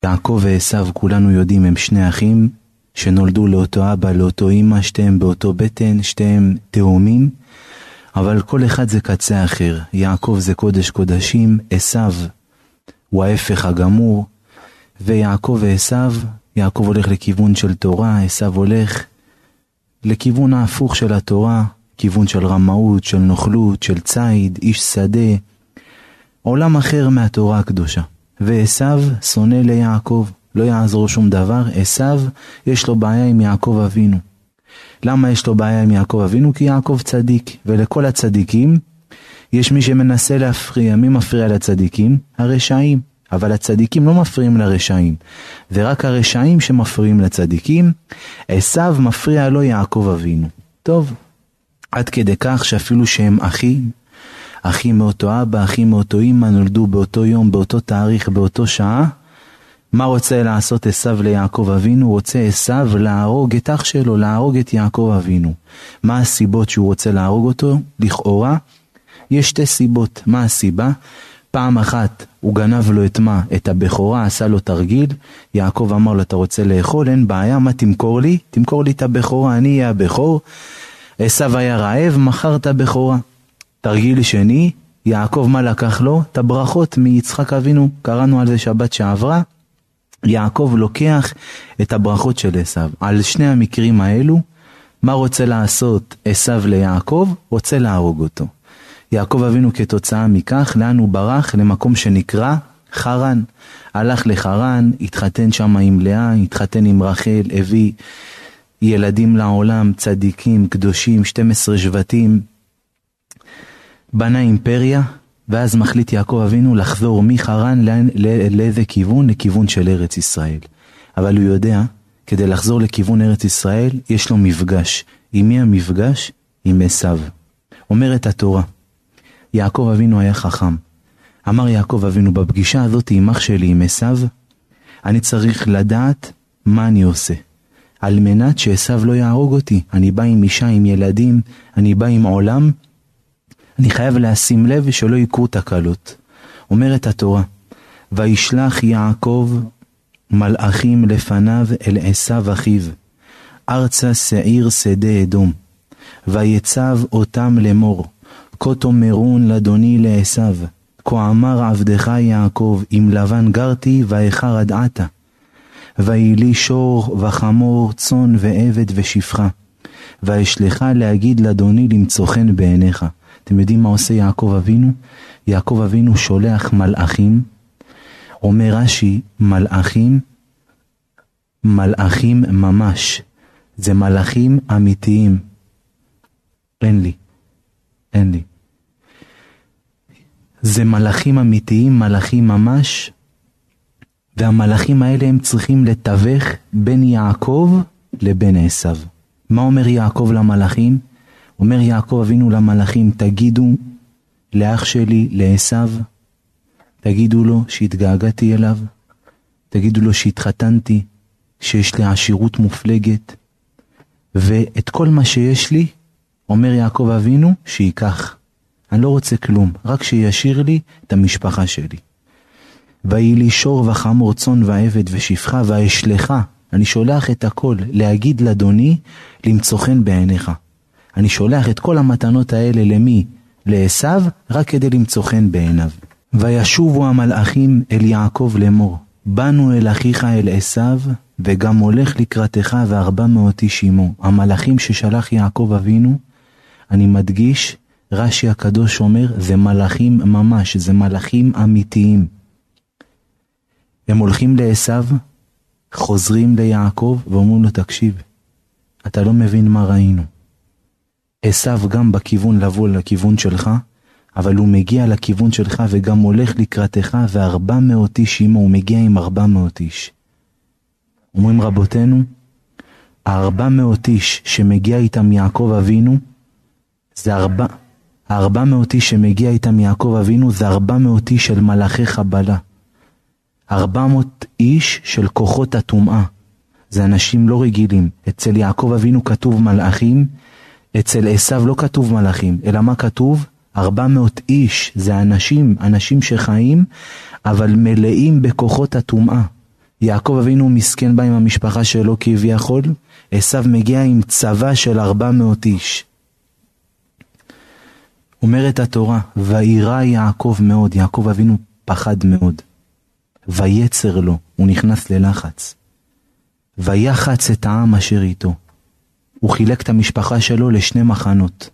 יעקב ועשיו, כולנו יודעים, הם שני אחים שנולדו לאותו אבא, לאותו אמא, שתיהם באותו בטן, שתיהם תאומים, אבל כל אחד זה קצה אחר. יעקב זה קודש קודשים, עשיו הוא ההפך הגמור, ויעקב ועשיו, יעקב הולך לכיוון של תורה, עשיו הולך לכיוון ההפוך של התורה, כיוון של רמאות, של נוכלות, של ציד, איש שדה, עולם אחר מהתורה הקדושה. ועשיו שונא ליעקב, לא יעזור שום דבר. עשיו יש לו בעיה עם יעקב אבינו. למה יש לו בעיה עם יעקב אבינו? כי יעקב צדיק, ולכל הצדיקים יש מי שמנסה להפריע. מי מפריע לצדיקים? הרשעים. אבל הצדיקים לא מפריעים לרשעים, ורק הרשעים שמפריעים לצדיקים. עשיו מפריע לו יעקב אבינו. טוב, עד כדי כך שאפילו שהם אחים מאותו אבא, אחים מאותו אמא, נולדו באותו יום, באותו תאריך, באותו שעה. מה רוצה לעשות עשיו ליעקב אבינו? רוצה עשיו להרוג את אח שלו, להרוג את יעקב אבינו. מה הסיבות שהוא רוצה להרוג אותו? לכאורה יש שתי סיבות. מה הסיבה? פעם אחת הוא גנב לו את מה? את הבכורה, עשה לו תרגיל. יעקב אמר לו, אתה רוצה לאכול? אין בעיה, מה תמכור לי? תמכור לי את הבכורה, אני אהיה הבכור. עשיו היה רעב, מכר את הבכורה. תרגיל שני, יעקב מה לקח לו? את הברכות מיצחק אבינו, קראנו על זה שבת שעברה. יעקב לוקח את הברכות של עשיו. על שני המקרים האלו, מה רוצה לעשות עשיו ליעקב? רוצה להרוג אותו. יעקב אבינו כתוצאה מכך, לאן הוא ברח? למקום שנקרא חרן. הלך לחרן, התחתן שם עם לאה, התחתן עם רחל, הביא ילדים לעולם, צדיקים, קדושים, 12 שבטים, בנה אימפריה. ואז מחליט יעקב אבינו לחזור מחרן לאיזה כיוון? לכיוון של ארץ ישראל. אבל הוא יודע, כדי לחזור לכיוון ארץ ישראל, יש לו מפגש. עם מי המפגש? עם עשיו. אומרת התורה, יעקב אבינו היה חכם. אמר יעקב אבינו, בפגישה הזאת עם אח שלי, עם עשיו, אני צריך לדעת מה אני עושה, על מנת שעשיו לא יהרוג אותי. אני בא עם אישה, עם ילדים, אני בא עם עולם, אני חייב לשים לב שלא יקרו תקלות. אומרת התורה, וישלח יעקב מלאכים לפניו אל עשיו אחיו, ארצה שעיר שדה אדום, ויצב אותם לאמור, כה תאמרון לאדוני לעשיו, כה אמר עבדך יעקב, עם לבן גרתי ואיכה רדעתה, ויהי לי שור וחמור, צאן ועבד ושפחה, ואשלך להגיד לאדוני למצוא חן בעיניך. אתם יודעים מה עושה יעקב אבינו? יעקב אבינו שולח מלאכים. אומר רש"י, מלאכים ממש. זה מלאכים אמיתיים. אין לי. זה מלאכים אמיתיים, מלאכים ממש. והמלאכים האלה הם צריכים לתווך בין יעקב לבין עשיו. מה אומר יעקב למלאכים? אומר יעקב אבינו למלאכים, תגידו לאח שלי, לעשיו, תגידו לו שהתגעגעתי אליו, תגידו לו שהתחתנתי, שיש לי עשירות מופלגת, ואת כל מה שיש לי, אומר יעקב אבינו, שיקח. אני לא רוצה כלום, רק שישאיר לי את המשפחה שלי. ויהי לי שור וחמור, צאן ועבד ושפחה, ואשלך, אני שולח את הכל, להגיד לאדוני, למצוא חן בעיניך. אני שולח את כל המתנות האלה למי? לעשיו, רק כדי למצוא חן בעיניו. וישובו המלאכים אל יעקב לאמור, באנו אל אחיך אל עשיו, וגם הולך לקראתך 400 איש עמו. המלאכים ששלח יעקב אבינו, אני מדגיש, רש"י הקדוש אומר, זה מלאכים ממש, זה מלאכים אמיתיים. הם הולכים לעשיו, חוזרים ליעקב ואומרים לו, תקשיב, אתה לא מבין מה ראינו. עשיו גם בכיוון לבוא לכיוון שלך, אבל הוא מגיע לכיוון שלך וגם הולך לקראתך, ו400 איש עמו, הוא מגיע עם 400 איש. אומרים רבותינו, 400 איש שמגיע איתם יעקב אבינו, זה 400 איש שמגיע איתם יעקב אבינו, זה 400 איש של מלאכי חבלה. 400 איש של כוחות הטומאה. זה אנשים לא רגילים. אצל יעקב אבינו כתוב מלאכים, אצל עשיו לא כתוב מלאכים, אלא מה כתוב? 400 איש. זה אנשים שחיים, אבל מלאים בכוחות הטומאה. יעקב אבינו מסכן בא עם המשפחה שלו כביכול, עשיו מגיע עם צבא של 400 איש. אומרת התורה, וירא יעקב מאוד, יעקב אבינו פחד מאוד. ויצר לו, הוא נכנס ללחץ. ויחץ את העם אשר איתו. הוא חילק את המשפחה שלו לשני מחנות,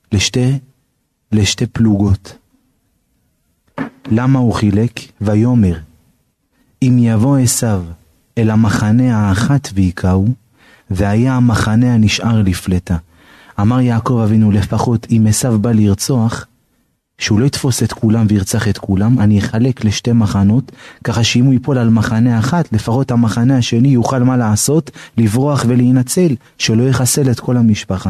לשתי פלוגות. למה הוא חילק? ויאמר, אם יבוא עשיו אל המחנה האחת ויקראו, והיה המחנה הנשאר לפלטה. אמר יעקב אבינו, לפחות אם עשיו בא לרצוח, שהוא לא יתפוס את כולם וירצח את כולם, אני אחלק לשתי מחנות, ככה שאם הוא ייפול על מחנה אחת, לפחות המחנה השני יוכל מה לעשות, לברוח ולהינצל, שלא יחסל את כל המשפחה.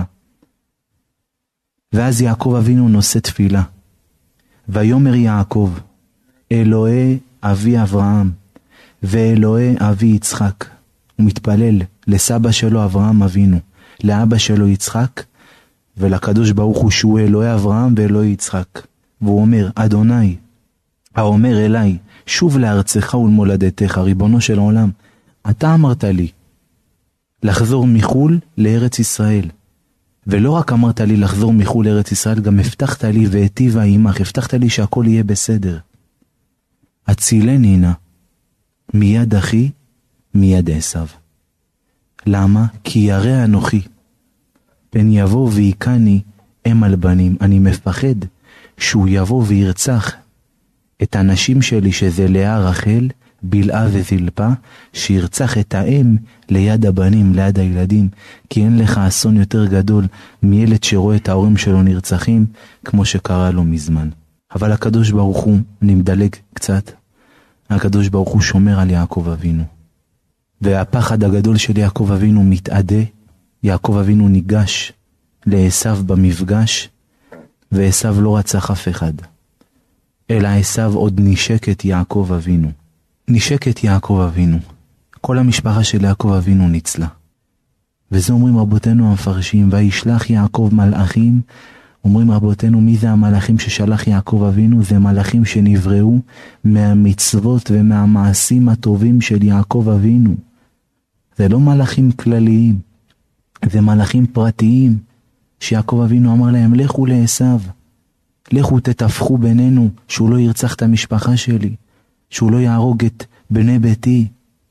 ואז יעקב אבינו נושא תפילה. ויאמר יעקב, אלוהי אבי אברהם, ואלוהי אבי יצחק. הוא מתפלל לסבא שלו אברהם אבינו, לאבא שלו יצחק, ולקדוש ברוך הוא שהוא אלוהי אברהם ואלוהי יצחק. והוא אומר, אדוני, האומר אליי, שוב לארצך ולמולדתך, ריבונו של עולם, אתה אמרת לי לחזור מחול לארץ ישראל. ולא רק אמרת לי לחזור מחול לארץ ישראל, גם הבטחת לי והיטיבה עמך, הבטחת לי שהכל יהיה בסדר. הצילני נא מיד אחי, מיד עשיו. למה? כי ירא אנוכי, פן יבוא ויקני אם על בנים. אני מפחד שהוא יבוא וירצח את הנשים שלי, שזה לאה, רחל, בלעה וזלפה, שירצח את האם ליד הבנים, ליד הילדים, כי אין לך אסון יותר גדול מילד שרואה את ההורים שלו נרצחים, כמו שקרה לו מזמן. אבל הקדוש ברוך הוא, אני מדלג קצת, הקדוש ברוך הוא שומר על יעקב אבינו. והפחד הגדול של יעקב אבינו מתעדה. יעקב אבינו ניגש לעשיו במפגש, ועשיו לא רצח אף אחד, אלא עשיו עוד נשק את יעקב אבינו. נשק את יעקב אבינו. כל המשפחה של יעקב אבינו ניצלה. וזה אומרים רבותינו המפרשים, וישלח יעקב מלאכים. אומרים רבותינו, מי זה המלאכים ששלח יעקב אבינו? זה מלאכים שנבראו מהמצוות ומהמעשים הטובים של יעקב אבינו. זה לא מלאכים כלליים, זה מלאכים פרטיים, שיעקב אבינו אמר להם, לכו לעשיו, לכו תתפחו בינינו, שהוא לא ירצח את המשפחה שלי, שהוא לא יהרוג את בני ביתי.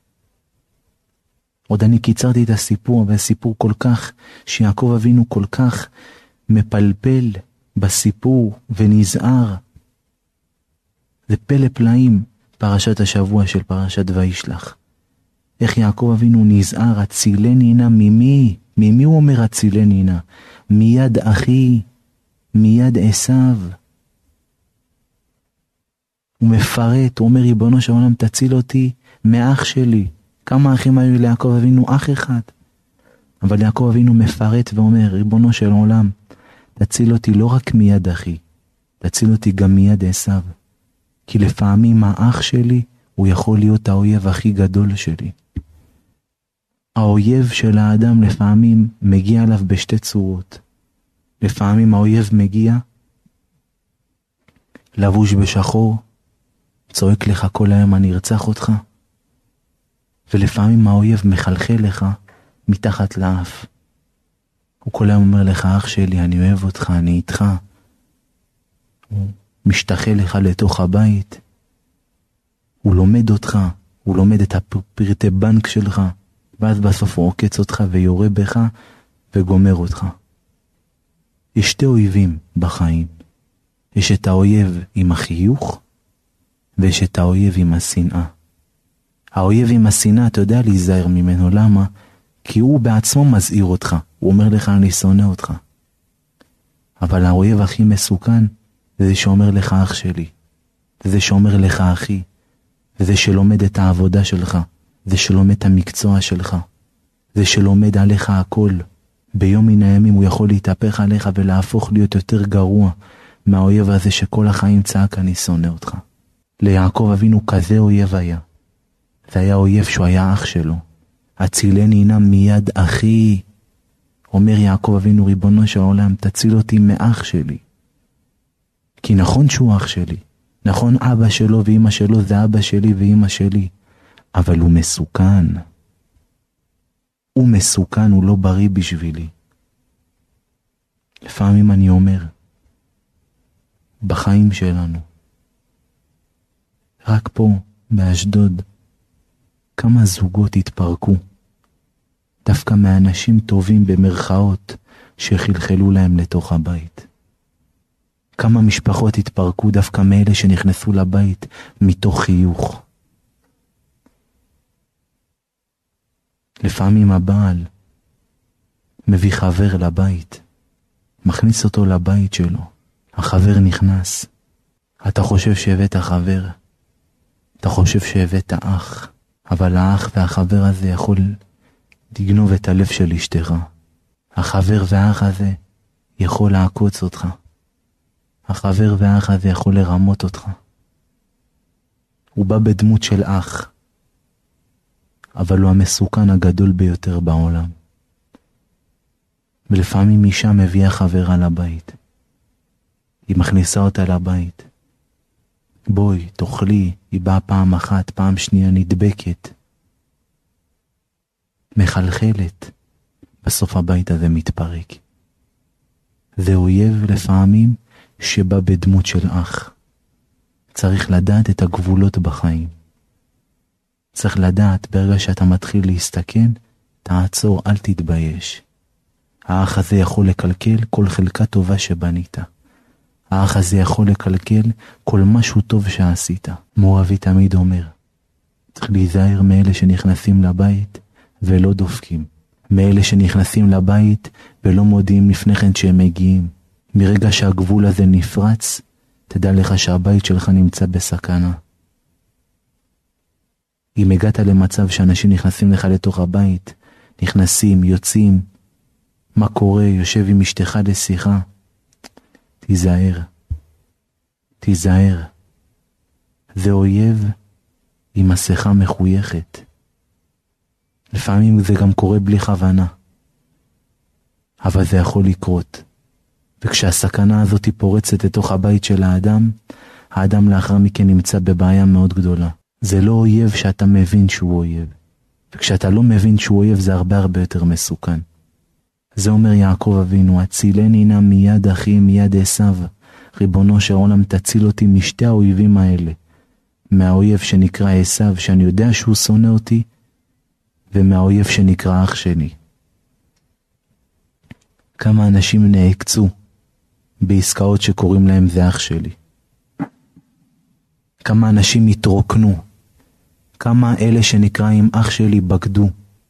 עוד אני קיצרתי את הסיפור, והסיפור כל כך, שיעקב אבינו כל כך מפלפל בסיפור ונזהר. זה פלא פלאים, פרשת השבוע של פרשת וישלח. איך יעקב אבינו נזהר, הצילני נא ממי? ממי הוא אומר הצילני נא? מיד אחי, מיד עשיו. הוא מפרט, הוא אומר, ריבונו של עולם, תציל אותי מאח שלי. כמה אחים היו ליעקב אבינו? אח אחד. אבל יעקב אבינו מפרט ואומר, ריבונו של עולם, תציל אותי לא רק מיד אחי, תציל אותי גם מיד עשיו. כי לפעמים האח שלי הוא יכול להיות האויב הכי גדול שלי. האויב של האדם לפעמים מגיע אליו בשתי צורות. לפעמים האויב מגיע לבוש בשחור, צועק לך כל היום אני ארצח אותך. ולפעמים האויב מחלחל לך מתחת לאף. הוא כל היום אומר לך, אח שלי, אני אוהב אותך, אני איתך. הוא משתחל לך לתוך הבית. הוא לומד אותך, הוא לומד את הפרטי בנק שלך, ואז בסוף הוא עוקץ אותך ויורה בך וגומר אותך. יש שתי אויבים בחיים. יש את האויב עם החיוך, ויש את האויב עם השנאה. האויב עם השנאה, אתה יודע להיזהר ממנו. למה? כי הוא בעצמו מזהיר אותך. הוא אומר לך, אני שונא אותך. אבל האויב הכי מסוכן, זה שאומר לך אח שלי. זה שאומר לך אחי. זה שלומד את העבודה שלך. זה שלומד את המקצוע שלך. זה שלומד עליך הכל. ביום מן הימים הוא יכול להתהפך עליך ולהפוך להיות יותר גרוע מהאויב הזה שכל החיים צעק אני שונא אותך. ליעקב אבינו כזה אויב היה. זה היה אויב שהוא היה אח שלו. הצילני נא מיד אחי. אומר יעקב אבינו, ריבונו של העולם, תציל אותי מאח שלי. כי נכון שהוא אח שלי. נכון אבא שלו ואמא שלו זה אבא שלי ואמא שלי. אבל הוא מסוכן. הוא מסוכן, הוא לא בריא בשבילי. לפעמים אני אומר, בחיים שלנו, רק פה, באשדוד, כמה זוגות התפרקו, דווקא מאנשים טובים במרכאות שחלחלו להם לתוך הבית. כמה משפחות התפרקו דווקא מאלה שנכנסו לבית מתוך חיוך. לפעמים הבעל מביא חבר לבית, מכניס אותו לבית שלו, החבר נכנס. אתה חושב שהבאת חבר, אתה חושב שהבאת אח, אבל האח והחבר הזה יכול לגנוב את הלב של אשתך. החבר והאח הזה יכול לעקוץ אותך. החבר והאח הזה יכול לרמות אותך. הוא בא בדמות של אח, אבל הוא המסוכן הגדול ביותר בעולם. ולפעמים אישה מביאה חברה לבית. היא מכניסה אותה לבית. בואי, תאכלי, היא באה פעם אחת, פעם שנייה נדבקת. מחלחלת. בסוף הבית הזה מתפרק. זה אויב לפעמים שבא בדמות של אח. צריך לדעת את הגבולות בחיים. צריך לדעת ברגע שאתה מתחיל להסתכן, תעצור, אל תתבייש. האח הזה יכול לקלקל כל חלקה טובה שבנית. האח הזה יכול לקלקל כל משהו טוב שעשית. מור אבי תמיד אומר, צריך להיזהר מאלה שנכנסים לבית ולא דופקים. מאלה שנכנסים לבית ולא מודיעים לפני כן שהם מגיעים. מרגע שהגבול הזה נפרץ, תדע לך שהבית שלך נמצא בסכנה. אם הגעת למצב שאנשים נכנסים לך לתוך הבית, נכנסים, יוצאים, מה קורה, יושב עם אשתך לשיחה, תיזהר. תיזהר. זה אויב עם מסכה מחויכת. לפעמים זה גם קורה בלי כוונה. אבל זה יכול לקרות. וכשהסכנה הזאת פורצת לתוך הבית של האדם לאחר מכן נמצא בבעיה מאוד גדולה. זה לא אויב שאתה מבין שהוא אויב. וכשאתה לא מבין שהוא אויב זה הרבה יותר מסוכן. זה אומר יעקב אבינו, הצילני נא מיד אחי מיד עשיו. ריבונו של עולם תציל אותי משתי האויבים האלה. מהאויב שנקרא עשיו שאני יודע שהוא שונא אותי, ומהאויב שנקרא אח שלי. כמה אנשים נעקצו בעסקאות שקוראים להם זה אח שלי. כמה אנשים התרוקנו. כמה אלה שנקראים אח שלי בגדו.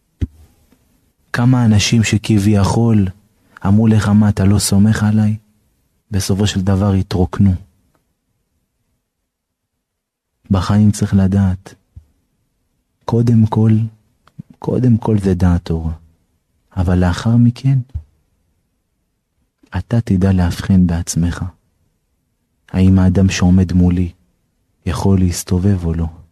כמה אנשים שכביכול אמרו לך מה אתה לא סומך עליי, בסופו של דבר התרוקנו. בחיים צריך לדעת, קודם כל זה דעת תורה, אבל לאחר מכן אתה תדע להבחין בעצמך האם האדם שעומד מולי יכול להסתובב או לא.